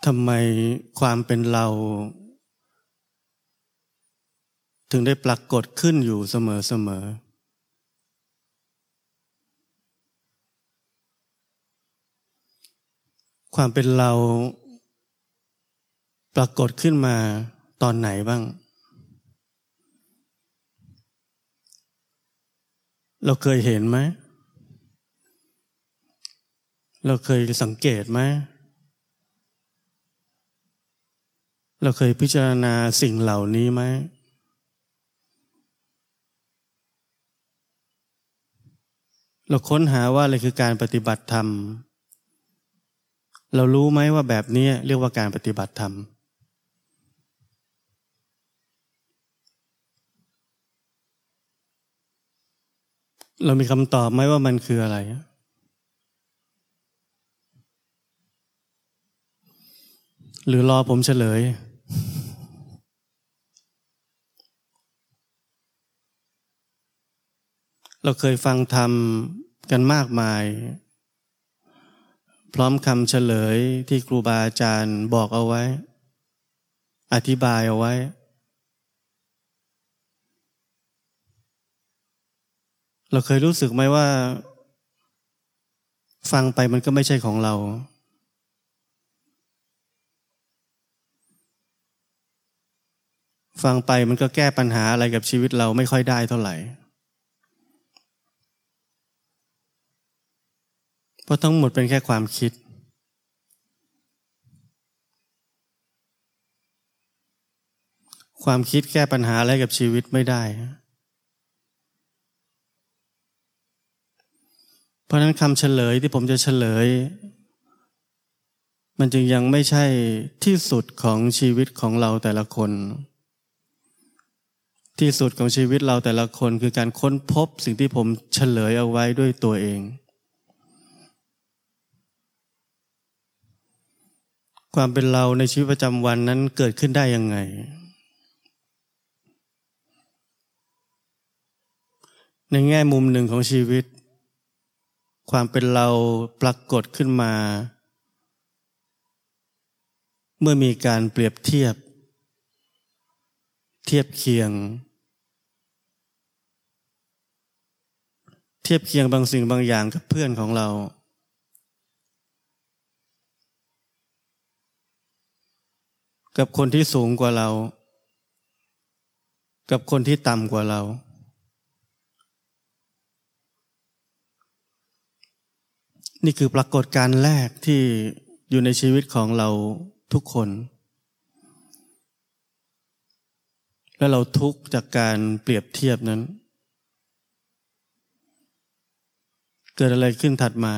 ำไมความเป็นเราถึงได้ปรากฏขึ้นอยู่เสมอความเป็นเราปรากฏขึ้นมาตอนไหนบ้างเราเคยเห็นไหมเราเคยสังเกตไหมเราเคยพิจารณาสิ่งเหล่านี้ไหมเราค้นหาว่าอะไรคือการปฏิบัติธรรมเรารู้ไหมว่าแบบนี้เรียกว่าการปฏิบัติธรรมเรามีคำตอบไหมว่ามันคืออะไรหรือรอผมเฉลยเราเคยฟังธรรมกันมากมายพร้อมคำเฉลยที่ครูบาอาจารย์บอกเอาไว้อธิบายเอาไว้เราเคยรู้สึกไหมว่าฟังไปมันก็ไม่ใช่ของเราฟังไปมันก็แก้ปัญหาอะไรกับชีวิตเราไม่ค่อยได้เท่าไหร่เพราะทั้งหมดเป็นแค่ความคิดความคิดแก้ปัญหาอะไรกับชีวิตไม่ได้เพราะฉะนั้นคำเฉลยที่ผมจะเฉลยมันจึงยังไม่ใช่ที่สุดของชีวิตของเราแต่ละคนที่สุดของชีวิตเราแต่ละคนคือการค้นพบสิ่งที่ผมเฉลยเอาไว้ด้วยตัวเองความเป็นเราในชีวิตประจำวันนั้นเกิดขึ้นได้ยังไงในแง่มุมหนึ่งของชีวิตความเป็นเราปรากฏขึ้นมาเมื่อมีการเปรียบเทียบเคียงบางสิ่งบางอย่างกับเพื่อนของเรากับคนที่สูงกว่าเรากับคนที่ต่ำกว่าเรานี่คือปรากฏการณ์แรกที่อยู่ในชีวิตของเราทุกคนและเราทุกข์จากการเปรียบเทียบนั้นเกิดอะไรขึ้นถัดมา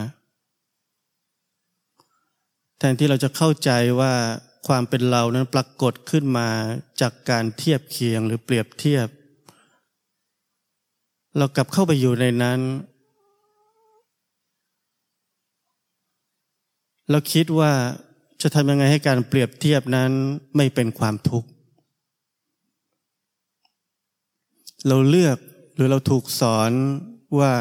แทนที่เราจะเข้าใจว่าความเป็นเรานั้นปรากฏขึ้นมาจากการเทียบเคียงหรือเปรียบเทียบเรากลับเข้าไปอยู่ในนั้นเราคิดว่าจะทำยังไงให้การเปรียบเทียบนั้นไม่เป็นความทุกข์เราเลือกหรือเราถูกสอนว่า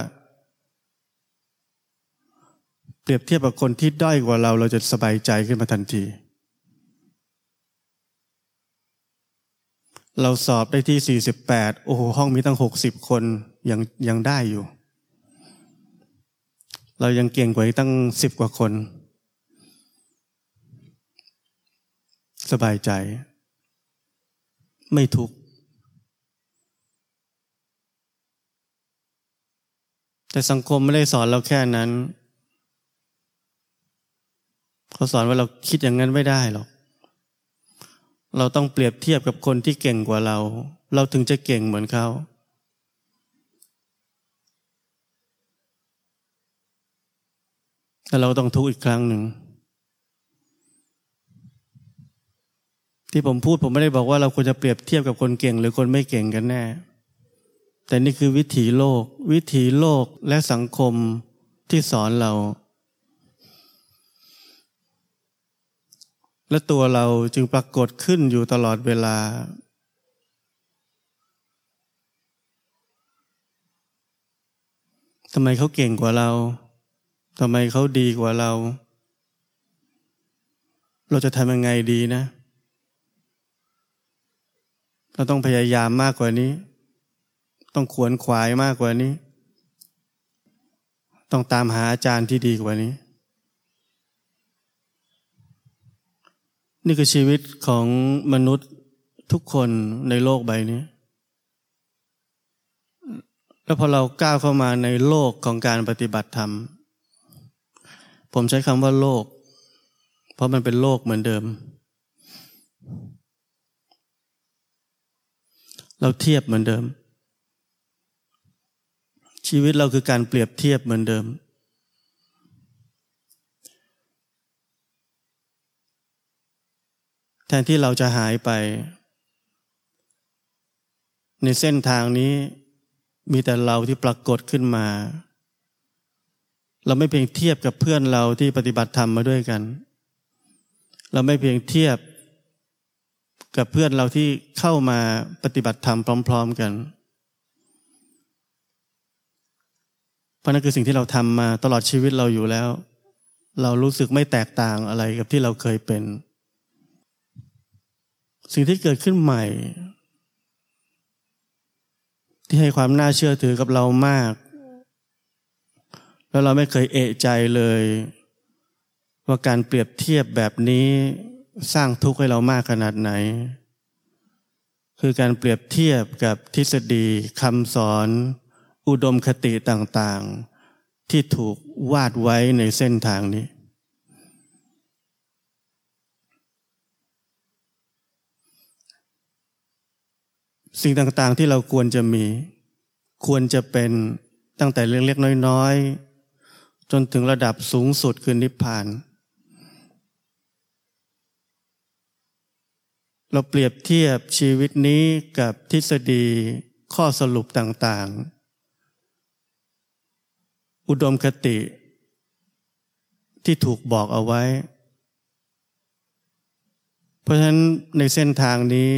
เปรียบเทียบกับคนที่ด้อยกว่าเราจะสบายใจขึ้นมาทันทีเราสอบได้ที่48โอ้โหห้องมีตั้ง60คนยังได้อยู่เรายังเก่งกว่าตั้ง10กว่าคนสบายใจไม่ทุกข์แต่สังคมไม่ได้สอนเราแค่นั้นเขาสอนว่าเราคิดอย่างนั้นไม่ได้หรอกเราต้องเปรียบเทียบกับคนที่เก่งกว่าเราถึงจะเก่งเหมือนเขาแต่เราต้องทุกข์อีกครั้งหนึ่งที่ผมพูดผมไม่ได้บอกว่าเราควรจะเปรียบเทียบกับคนเก่งหรือคนไม่เก่งกันแน่แต่นี่คือวิถีโลกและสังคมที่สอนเราและตัวเราจึงปรากฏขึ้นอยู่ตลอดเวลาทำไมเขาเก่งกว่าเราทำไมเขาดีกว่าเราเราจะทำยังไงดีนะเราต้องพยายามมากกว่านี้ต้องขวนขวายมากกว่านี้ต้องตามหาอาจารย์ที่ดีกว่านี้นี่คือชีวิตของมนุษย์ทุกคนในโลกใบนี้แล้วพอเราก้าวเข้ามาในโลกของการปฏิบัติธรรมผมใช้คำว่าโลกเพราะมันเป็นโลกเหมือนเดิมเราเทียบเหมือนเดิมชีวิตเราคือการเปรียบเทียบเหมือนเดิมแทนที่เราจะหายไปในเส้นทางนี้มีแต่เราที่ปรากฏขึ้นมาเราไม่เพียงเทียบกับเพื่อนเราที่ปฏิบัติธรรมมาด้วยกันเราไม่เพียงเทียบกับเพื่อนเราที่เข้ามาปฏิบัติธรรมพร้อมๆกันเพราะนั่นคือสิ่งที่เราทำมาตลอดชีวิตเราอยู่แล้วเรารู้สึกไม่แตกต่างอะไรกับที่เราเคยเป็นสิ่งที่เกิดขึ้นใหม่ที่ให้ความน่าเชื่อถือกับเรามากแล้วเราไม่เคยเอะใจเลยว่าการเปรียบเทียบแบบนี้สร้างทุกข์ให้เรามากขนาดไหนคือการเปรียบเทียบกับทฤษฎีคำสอนอุดมคติต่างๆที่ถูกวาดไว้ในเส้นทางนี้สิ่งต่างๆที่เราควรจะมีควรจะเป็นตั้งแต่เล็กๆน้อยๆจนถึงระดับสูงสุดคือนิพพานเราเปรียบเทียบชีวิตนี้กับทฤษฎีข้อสรุปต่างๆอุดมคติที่ถูกบอกเอาไว้เพราะฉะนั้นในเส้นทางนี้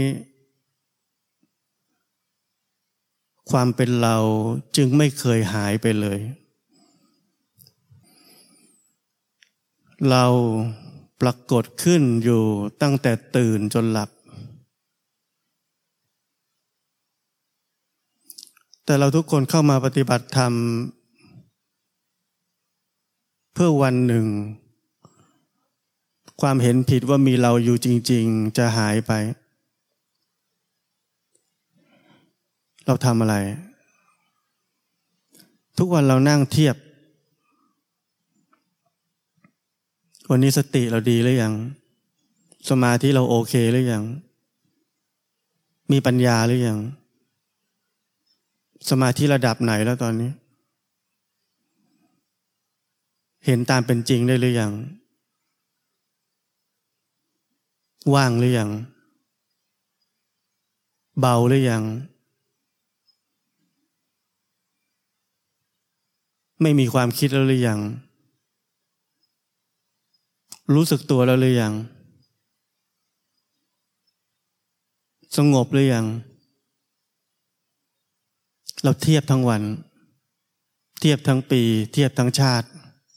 ความเป็นเราจึงไม่เคยหายไปเลยเราปรากฏขึ้นอยู่ตั้งแต่ตื่นจนหลับแต่เราทุกคนเข้ามาปฏิบัติธรรมเพื่อวันหนึ่งความเห็นผิดว่ามีเราอยู่จริงๆจะหายไปเราทำอะไรทุกวันเรานั่งเทียบวันนี้สติเราดีหรือยังสมาธิเราโอเคหรือยังมีปัญญาหรือยังสมาธิระดับไหนแล้วตอนนี้เห็นตามเป็นจริงได้หรือยังว่างหรือยังเบาหรือยังไม่มีความคิดแล้วหรือยังรู้สึกตัวแล้วหรือยังสงบหรือยังเราเทียบทั้งวันเทียบทั้งปีเทียบทั้งชาติ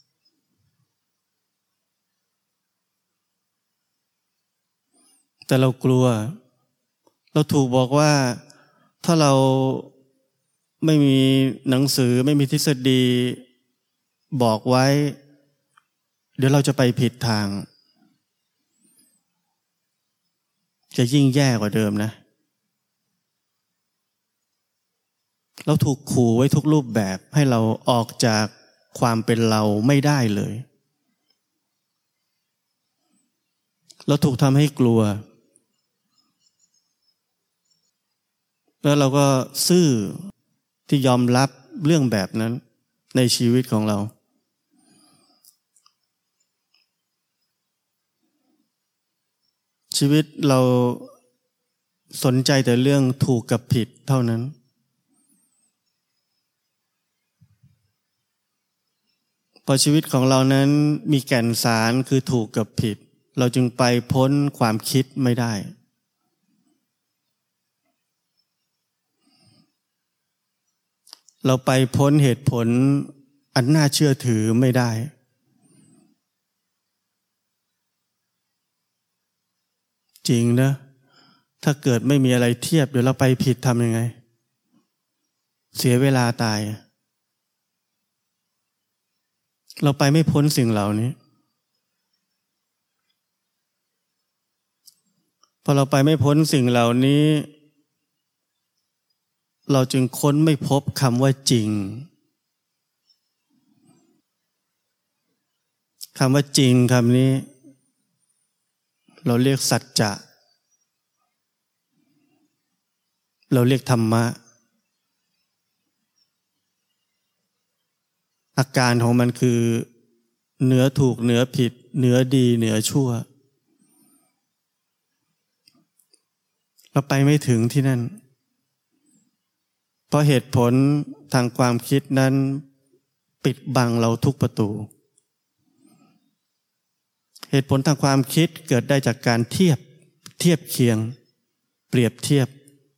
แต่เรากลัวเราถูกบอกว่าถ้าเราไม่มีหนังสือไม่มีทฤษฎีบอกไว้เดี๋ยวเราจะไปผิดทางจะยิ่งแย่กว่าเดิมนะเราถูกขู่ไว้ทุกรูปแบบให้เราออกจากความเป็นเราไม่ได้เลยเราถูกทำให้กลัวแล้วเราก็ซื่อที่ยอมรับเรื่องแบบนั้นในชีวิตของเราชีวิตเราสนใจแต่เรื่องถูกกับผิดเท่านั้นพอชีวิตของเรานั้นมีแก่นสารคือถูกกับผิดเราจึงไปพ้นความคิดไม่ได้เราไปพ้นเหตุผลอันน่าเชื่อถือไม่ได้จริงนะถ้าเกิดไม่มีอะไรเทียบเดี๋ยวเราไปผิดทำยังไงเสียเวลาตายเราไปไม่พ้นสิ่งเหล่านี้พอเราไปไม่พ้นสิ่งเหล่านี้เราจึงค้นไม่พบคำว่าจริงคำว่าจริงคำนี้เราเรียกสัจจะเราเรียกธรรมะอาการของมันคือเหนือถูกเหนือผิดเหนือดีเหนือชั่วเราไปไม่ถึงที่นั่นเพราะเหตุผลทางความคิดนั้นปิดบังเราทุกประตูเหตุผลทางความคิดเกิดได้จากการเทียบเคียงเปรียบเทียบ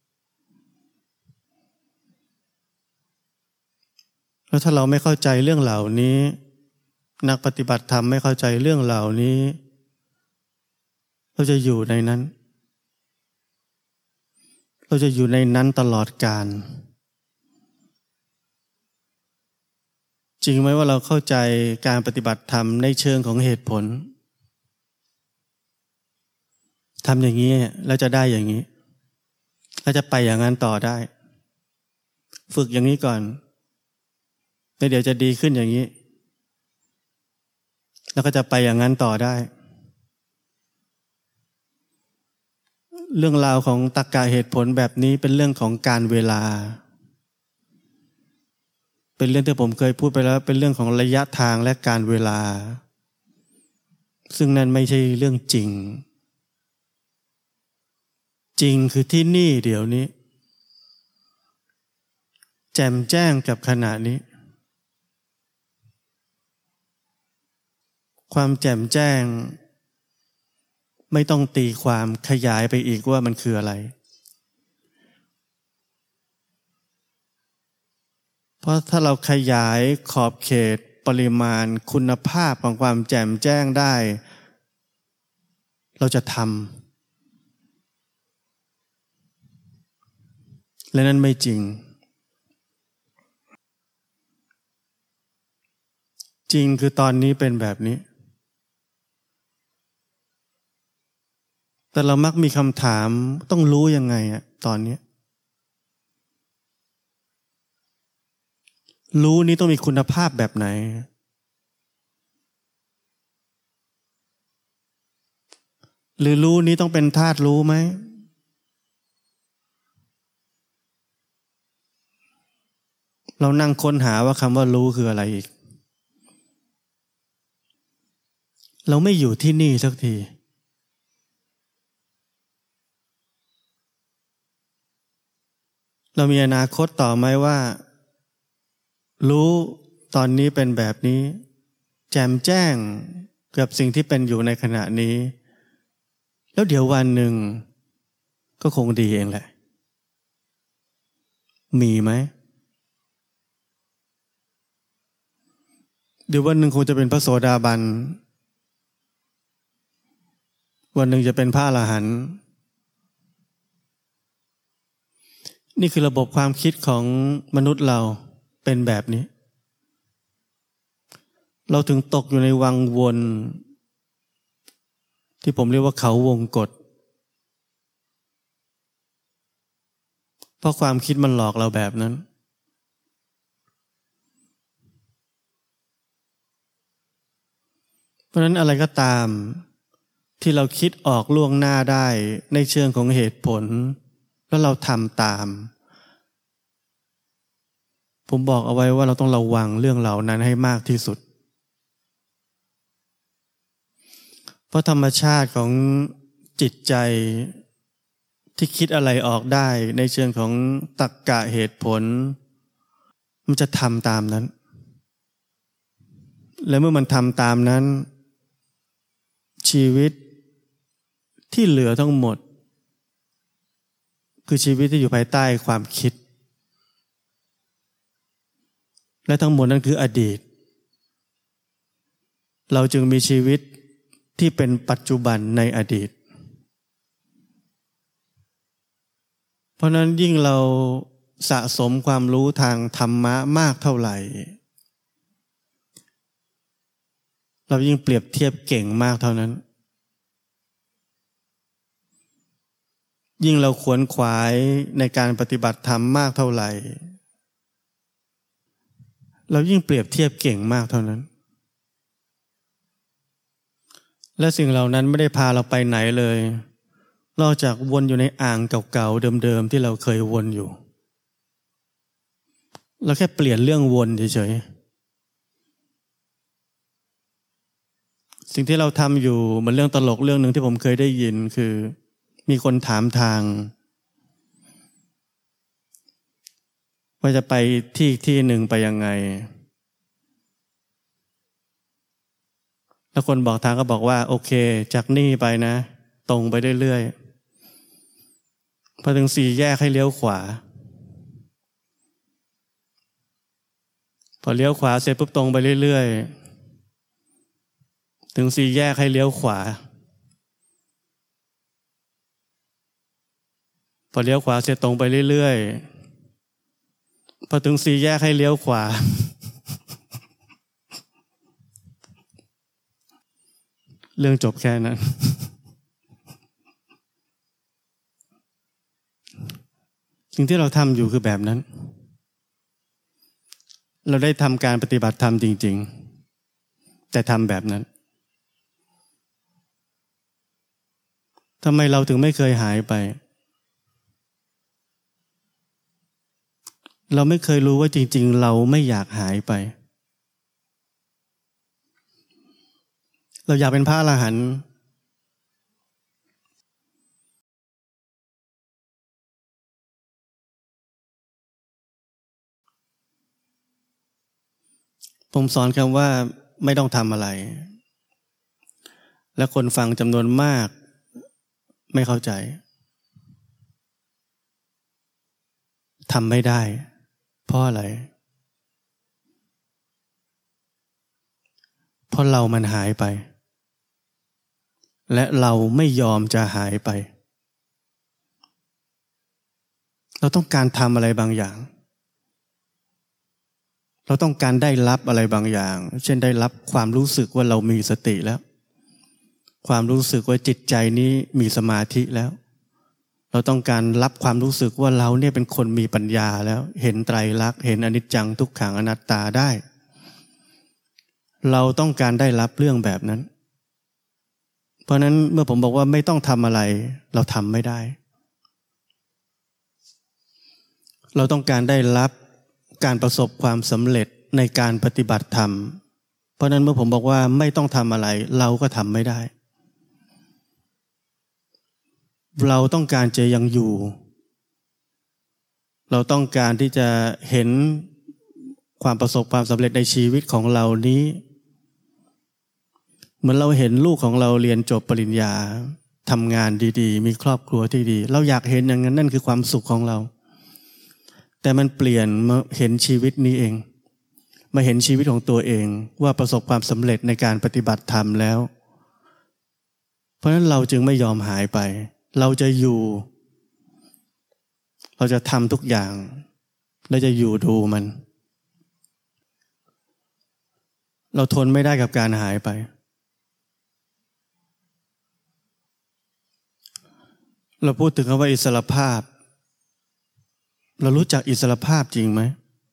แล้วถ้าเราไม่เข้าใจเรื่องเหล่านี้นักปฏิบัติธรรมไม่เข้าใจเรื่องเหล่านี้เราจะอยู่ในนั้นเราจะอยู่ในนั้นตลอดกาลจริงไหมว่าเราเข้าใจการปฏิบัติธรรมในเชิงของเหตุผลทำอย่างนี้แล้วจะได้อย่างนี้แล้วจะไปอย่างนั้นต่อได้ฝึกอย่างนี้ก่อนแล้วเดี๋ยวจะดีขึ้นอย่างนี้แล้วก็จะไปอย่างนั้นต่อได้เรื่องราวของตรรกะเหตุผลแบบนี้เป็นเรื่องของการเวลาเป็นเรื่องที่ผมเคยพูดไปแล้วเป็นเรื่องของระยะทางและการเวลาซึ่งนั่นไม่ใช่เรื่องจริงจริงคือที่นี่เดี๋ยวนี้แจ่มแจ้งกับขณะนี้ความแจ่มแจ้งไม่ต้องตีความขยายไปอีกว่ามันคืออะไรเพราะถ้าเราขยายขอบเขตปริมาณคุณภาพของความแจ่มแจ้งได้เราจะทำและนั่นไม่จริงจริงคือตอนนี้เป็นแบบนี้แต่เรามักมีคำถามต้องรู้ยังไงอะตอนนี้รู้นี้ต้องมีคุณภาพแบบไหนหรือรู้นี้ต้องเป็นธาตุรู้ไหมเรานั่งค้นหาว่าคำว่ารู้คืออะไรอีกเราไม่อยู่ที่นี่สักทีเรามีอนาคตต่อไหมว่ารู้ตอนนี้เป็นแบบนี้แจ่มแจ้งกับสิ่งที่เป็นอยู่ในขณะนี้แล้วเดี๋ยววันหนึ่งก็คงดีเองแหละมีไหมเดี๋ยววันหนึ่งคงจะเป็นพระโสดาบันวันหนึ่งจะเป็นพระอรหันต์นี่คือระบบความคิดของมนุษย์เราเป็นแบบนี้เราถึงตกอยู่ในวังวนที่ผมเรียกว่าเขาวงกฏเพราะความคิดมันหลอกเราแบบนั้นเพราะฉะนั้นอะไรก็ตามที่เราคิดออกล่วงหน้าได้ในเชิงของเหตุผลแล้วเราทำตามผมบอกเอาไว้ว่าเราต้องระวังเรื่องเหล่านั้นให้มากที่สุดเพราะธรรมชาติของจิตใจที่คิดอะไรออกได้ในเชิงของตรรกะเหตุผลมันจะทำตามนั้นและเมื่อมันทำตามนั้นชีวิตที่เหลือทั้งหมดคือชีวิตที่อยู่ภายใต้ความคิดและทั้งหมดนั้นคืออดีตเราจึงมีชีวิตที่เป็นปัจจุบันในอดีตเพราะนั้นยิ่งเราสะสมความรู้ทางธรรมะมากเท่าไหร่เรายิ่งเปรียบเทียบเก่งมากเท่านั้นยิ่งเราขวนขวายในการปฏิบัติธรรมมากเท่าไหร่เรายิ่งเปรียบเทียบเก่งมากเท่านั้นและสิ่งเหล่านั้นไม่ได้พาเราไปไหนเลยนอกจากวนอยู่ในอ่างเก่าๆเดิมๆที่เราเคยวนอยู่เราแค่เปลี่ยนเรื่องวนเฉยๆสิ่งที่เราทำอยู่มันเรื่องตลกเรื่องหนึ่งที่ผมเคยได้ยินคือมีคนถามทางว่าจะไปที่หนึ่งไปยังไงแล้วคนบอกทางก็บอกว่าโอเคจากนี่ไปนะตรงไปเรื่อยๆพอถึง4 แยกให้เลี้ยวขวาพอเลี้ยวขวาเสร็จปุ๊บตรงไปเรื่อยๆถึง4 แยกให้เลี้ยวขวาพอเลี้ยวขวาเสร็จตรงไปเรื่อยๆพอถึง4 แยกให้เลี้ยวขวาเรื่องจบแค่นั้นสิ่งที่เราทำอยู่คือแบบนั้นเราได้ทำการปฏิบัติธรรมจริงๆแต่ทำแบบนั้นทำไมเราถึงไม่เคยหายไปเราไม่เคยรู้ว่าจริงๆเราไม่อยากหายไปเราอยากเป็นพระอรหันต์ผมสอนคำว่าไม่ต้องทำอะไรและคนฟังจำนวนมากไม่เข้าใจทำไม่ได้เพราะอะไรเพราะเรามันหายไปและเราไม่ยอมจะหายไปเราต้องการทำอะไรบางอย่างเราต้องการได้รับอะไรบางอย่างเช่นได้รับความรู้สึกว่าเรามีสติแล้วความรู้สึกว่าจิตใจนี้มีสมาธิแล้วเราต้องการรับความรู้สึกว่าเราเนี่ยเป็นคนมีปัญญาแล้วเห็นไตรลักษณ์เห็นอนิจจังทุกขังอนัตตาได้เราต้องการได้รับเรื่องแบบนั้นเพราะนั้นเมื่อผมบอกว่าไม่ต้องทำอะไรเราทำไม่ได้เราต้องการได้รับการประสบความสำเร็จในการปฏิบัติธรรมเพราะนั้นเมื่อผมบอกว่าไม่ต้องทำอะไรเราก็ทำไม่ได้เราต้องการจะยังอยู่เราต้องการที่จะเห็นความประสบความสำเร็จในชีวิตของเรานี้เหมือนเราเห็นลูกของเราเรียนจบปริญญาทำงานดีๆมีครอบครัวที่ดีเราอยากเห็นอย่างนั้นนั่นคือความสุขของเราแต่มันเปลี่ยนมาเห็นชีวิตนี้เองมาเห็นชีวิตของตัวเองว่าประสบความสำเร็จในการปฏิบัติธรรมแล้วเพราะฉะนั้นเราจึงไม่ยอมหายไปเราจะอยู่เราจะทำทุกอย่างเราจะอยู่ดูมันเราทนไม่ได้กับการหายไปเราพูดถึงคำว่าอิสรภาพเรารู้จักอิสรภาพจริงไหม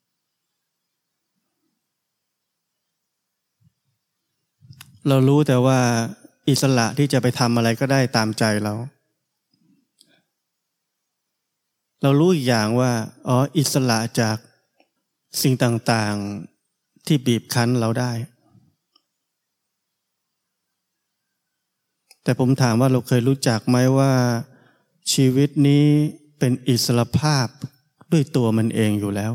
เรารู้แต่ว่าอิสระที่จะไปทำอะไรก็ได้ตามใจเรารู้อีกอย่างว่าอิสระจากสิ่งต่างๆที่บีบคั้นเราได้แต่ผมถามว่าเราเคยรู้จักไหมว่าชีวิตนี้เป็นอิสรภาพด้วยตัวมันเองอยู่แล้ว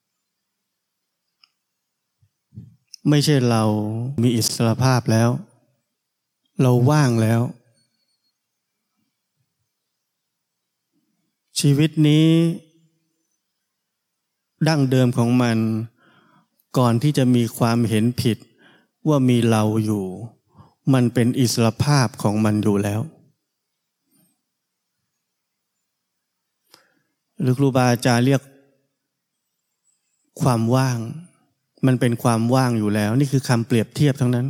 ไม่ใช่เรามีอิสรภาพแล้วเราว่างแล้วชีวิตนี้ดั้งเดิมของมันก่อนที่จะมีความเห็นผิดว่ามีเราอยู่มันเป็นอิสรภาพของมันอยู่แล้วหรือครูบาอาจารย์เรียกความว่างมันเป็นความว่างอยู่แล้วนี่คือคำเปรียบเทียบทั้งนั้น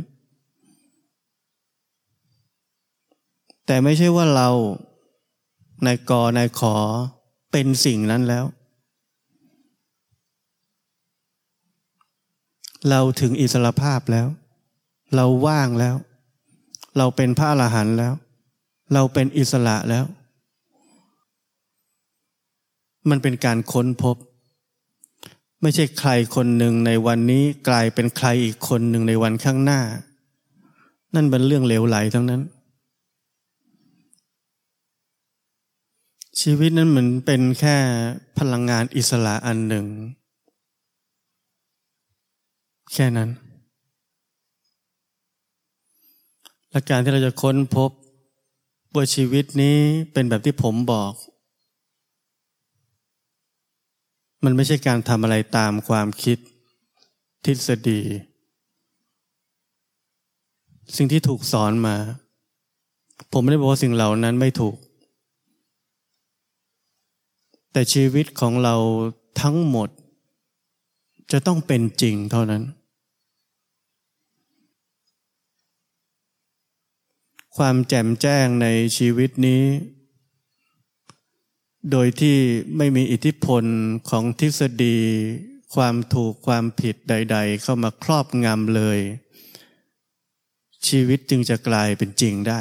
แต่ไม่ใช่ว่าเรานายกนายขอเป็นสิ่งนั้นแล้วเราถึงอิสรภาพแล้วเราว่างแล้วเราเป็นพระอรหันต์แล้วเราเป็นอิสระแล้วมันเป็นการค้นพบไม่ใช่ใครคนหนึ่งในวันนี้กลายเป็นใครอีกคนหนึ่งในวันข้างหน้านั่นเป็นเรื่องเหลวไหลทั้งนั้นชีวิตนั้นเหมือนเป็นแค่พลังงานอิสระอันหนึ่งแค่นั้นและการที่เราจะค้นพบว่าชีวิตนี้เป็นแบบที่ผมบอกมันไม่ใช่การทำอะไรตามความคิดทฤษฎีสิ่งที่ถูกสอนมาผมไม่ได้บอกว่าสิ่งเหล่านั้นไม่ถูกแต่ชีวิตของเราทั้งหมดจะต้องเป็นจริงเท่านั้นความแจ่มแจ้งในชีวิตนี้โดยที่ไม่มีอิทธิพลของทฤษฎีความถูกความผิดใดๆเข้ามาครอบงำเลยชีวิตจึงจะกลายเป็นจริงได้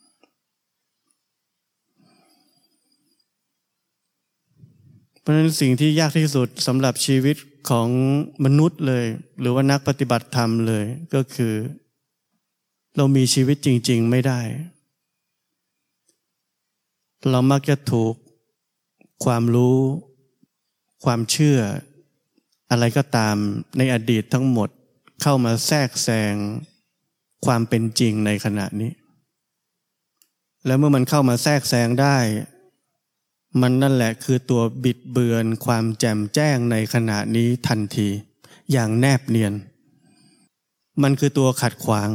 เพราะฉะนั้นสิ่งที่ยากที่สุดสำหรับชีวิตของมนุษย์เลยหรือว่านักปฏิบัติธรรมเลยก็คือเรามีชีวิตจริงๆไม่ได้เรามักจะถูกความรู้ความเชื่ออะไรก็ตามในอดีตทั้งหมดเข้ามาแทรกแซงความเป็นจริงในขณะนี้แล้วเมื่อมันเข้ามาแทรกแซงได้มันนั่นแหละคือตัวบิดเบือนความแจ่มแจ้งในขณะนี้ทันทีอย่างแนบเนียนมันคือตัวขัดขวาง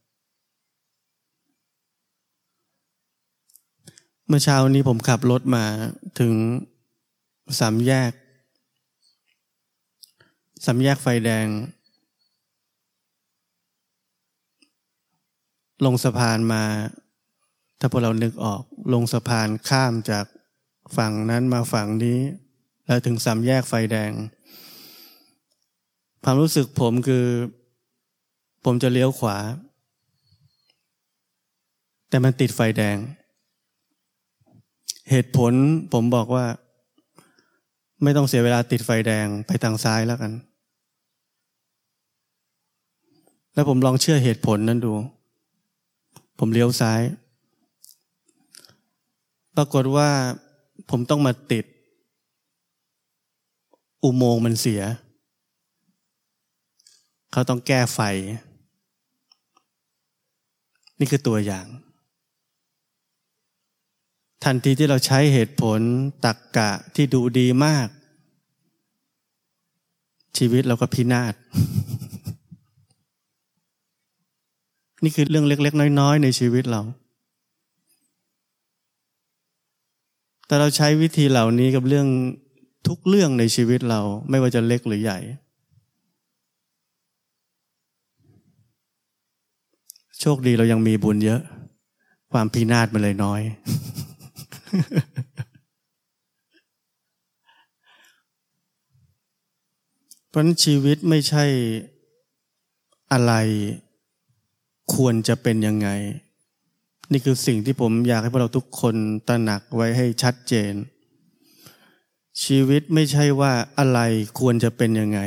เมื่อเช้านี้ผมขับรถมาถึงสามแยกไฟแดงลงสะพานมาถ้าพวกเรานึกออกลงสะพานข้ามจากฝั่งนั้นมาฝั่งนี้แล้วถึงสามแยกไฟแดงความรู้สึกผมคือผมจะเลี้ยวขวาแต่มันติดไฟแดงเหตุผลผมบอกว่าไม่ต้องเสียเวลาติดไฟแดงไปทางซ้ายแล้วกันแล้วผมลองเชื่อเหตุผลนั้นดูผมเลี้ยวซ้ายปรากฏว่าผมต้องมาติดอุโมงค์มันเสียเขาต้องแก้ไฟนี่คือตัวอย่างทันทีที่เราใช้เหตุผลตรรกะที่ดูดีมากชีวิตเราก็พินาศ นี่คือเรื่องเล็กๆน้อยๆในชีวิตเราแต่เราใช้วิธีเหล่านี้กับเรื่องทุกเรื่องในชีวิตเราไม่ว่าจะเล็กหรือใหญ่โชคดีเรายังมีบุญเยอะความพินาศมันเลยน้อย เพราะฉะนั้นชีวิตไม่ใช่อะไรควรจะเป็นยังไงนี่คือสิ่งที่ผมอยากให้พวกเราทุกคนตระหนักไว้ให้ชัดเจนชีวิตไม่ใช่ว่าอะไรควรจะเป็นยังไง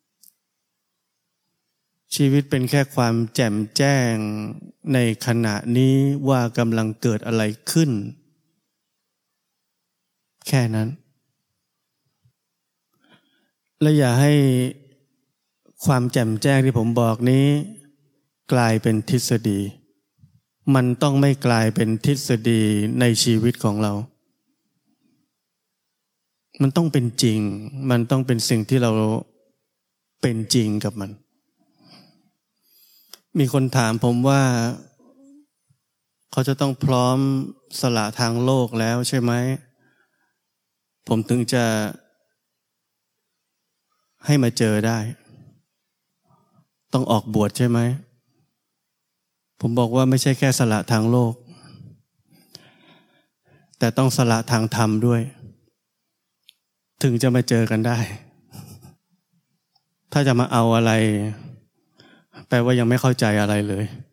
ชีวิตเป็นแค่ความแจ่มแจ้งในขณะนี้ว่ากำลังเกิดอะไรขึ้นแค่นั้นและอย่าให้ความแจ่มแจ้งที่ผมบอกนี้กลายเป็นทฤษฎีมันต้องไม่กลายเป็นทฤษฎีในชีวิตของเรามันต้องเป็นจริงมันต้องเป็นสิ่งที่เราเป็นจริงกับมันมีคนถามผมว่าเขาจะต้องพร้อมสละทางโลกแล้วใช่ไหมผมถึงจะให้มาเจอได้ต้องออกบวชใช่ไหมผมบอกว่าไม่ใช่แค่สละทางโลกแต่ต้องสละทางธรรมด้วยถึงจะมาเจอกันได้ถ้าจะมาเอาอะไรแปลว่ายังไม่เข้าใจอะไรเลย